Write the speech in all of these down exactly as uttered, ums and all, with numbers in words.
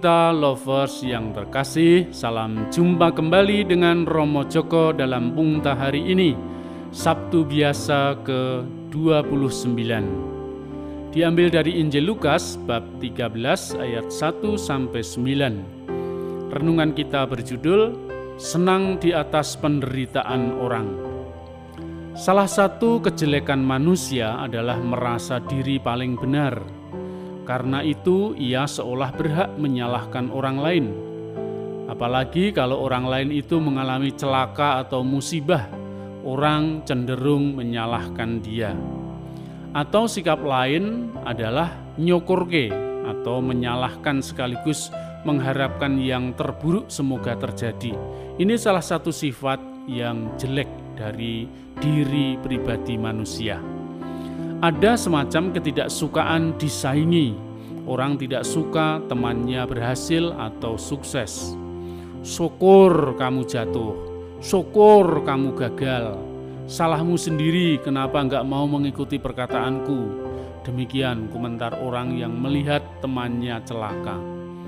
Punta Lovers yang terkasih, salam jumpa kembali dengan Romo Joko dalam Punta hari ini, Sabtu biasa ke dua puluh sembilan. Diambil dari Injil Lukas bab tiga belas ayat satu sampai sembilan. Renungan kita berjudul Senang di atas penderitaan orang. Salah satu kejelekan manusia adalah merasa diri paling benar. Karena itu ia seolah berhak menyalahkan orang lain. Apalagi kalau orang lain itu mengalami celaka atau musibah, orang cenderung menyalahkan dia. Atau sikap lain adalah nyokurke atau menyalahkan sekaligus mengharapkan yang terburuk semoga terjadi. Ini salah satu sifat yang jelek dari diri pribadi manusia. Ada semacam ketidaksukaan disaingi. Orang tidak suka temannya berhasil atau sukses. Syukur kamu jatuh, syukur kamu gagal. Salahmu sendiri, kenapa enggak mau mengikuti perkataanku? Demikian komentar orang yang melihat temannya celaka.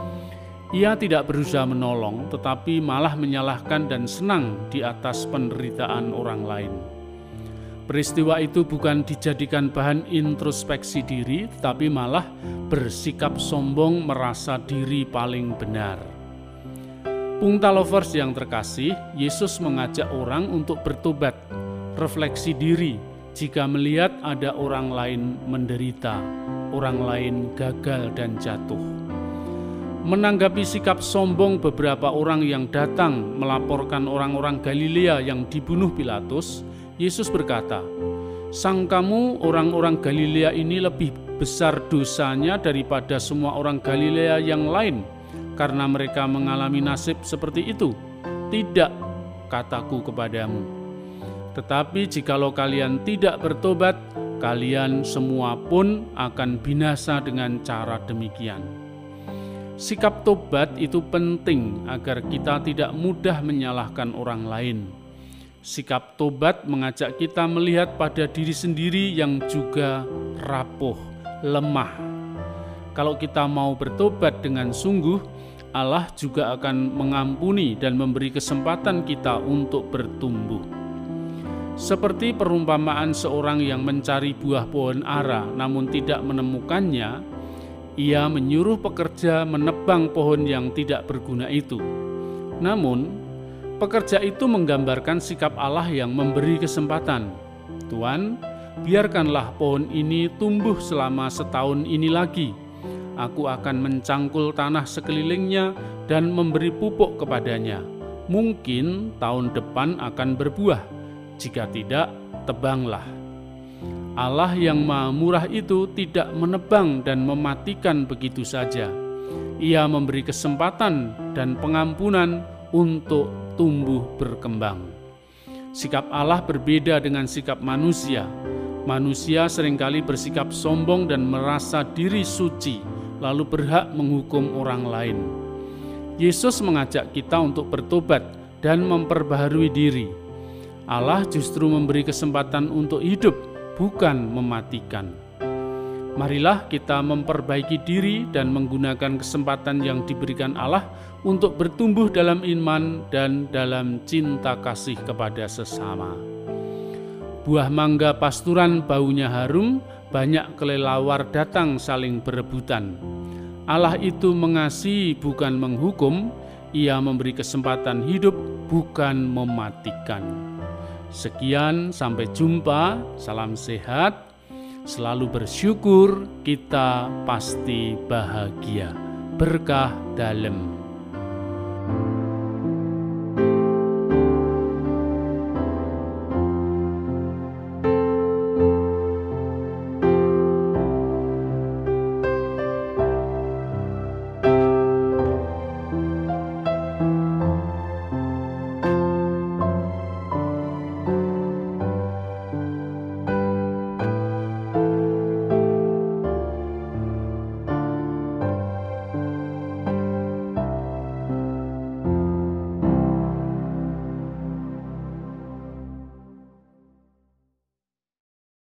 Ia tidak berusaha menolong, tetapi malah menyalahkan dan senang di atas penderitaan orang lain. Peristiwa itu bukan dijadikan bahan introspeksi diri, tetapi malah bersikap sombong merasa diri paling benar. Punta Lovers yang terkasih, Yesus mengajak orang untuk bertobat, refleksi diri jika melihat ada orang lain menderita, orang lain gagal dan jatuh. Menanggapi sikap sombong beberapa orang yang datang melaporkan orang-orang Galilea yang dibunuh Pilatus, Yesus berkata, "Sangkamu orang-orang Galilea ini lebih besar dosanya daripada semua orang Galilea yang lain karena mereka mengalami nasib seperti itu? Tidak, kataku kepadamu. Tetapi jikalau kalian tidak bertobat, kalian semua pun akan binasa dengan cara demikian." Sikap tobat itu penting agar kita tidak mudah menyalahkan orang lain. Sikap tobat mengajak kita melihat pada diri sendiri yang juga rapuh, lemah. Kalau kita mau bertobat dengan sungguh, Allah juga akan mengampuni dan memberi kesempatan kita untuk bertumbuh. Seperti perumpamaan seorang yang mencari buah pohon ara namun tidak menemukannya, ia menyuruh pekerja menebang pohon yang tidak berguna itu. Namun, pekerja itu menggambarkan sikap Allah yang memberi kesempatan. Tuhan, biarkanlah pohon ini tumbuh selama setahun ini lagi. Aku akan mencangkul tanah sekelilingnya dan memberi pupuk kepadanya. Mungkin tahun depan akan berbuah. Jika tidak, tebanglah. Allah yang Maha Murah itu tidak menebang dan mematikan begitu saja. Ia memberi kesempatan dan pengampunan untuk tumbuh berkembang. Sikap Allah berbeda dengan sikap manusia. Manusia seringkali bersikap sombong dan merasa diri suci, lalu berhak menghukum orang lain. Yesus mengajak kita untuk bertobat dan memperbaharui diri. Allah justru memberi kesempatan untuk hidup, bukan mematikan. Marilah kita memperbaiki diri dan menggunakan kesempatan yang diberikan Allah untuk bertumbuh dalam iman dan dalam cinta kasih kepada sesama. Buah mangga pasturan baunya harum, banyak kelelawar datang saling berebutan. Allah itu mengasihi bukan menghukum, Ia memberi kesempatan hidup bukan mematikan. Sekian, sampai jumpa, salam sehat. Selalu bersyukur, kita pasti bahagia. Berkah dalam.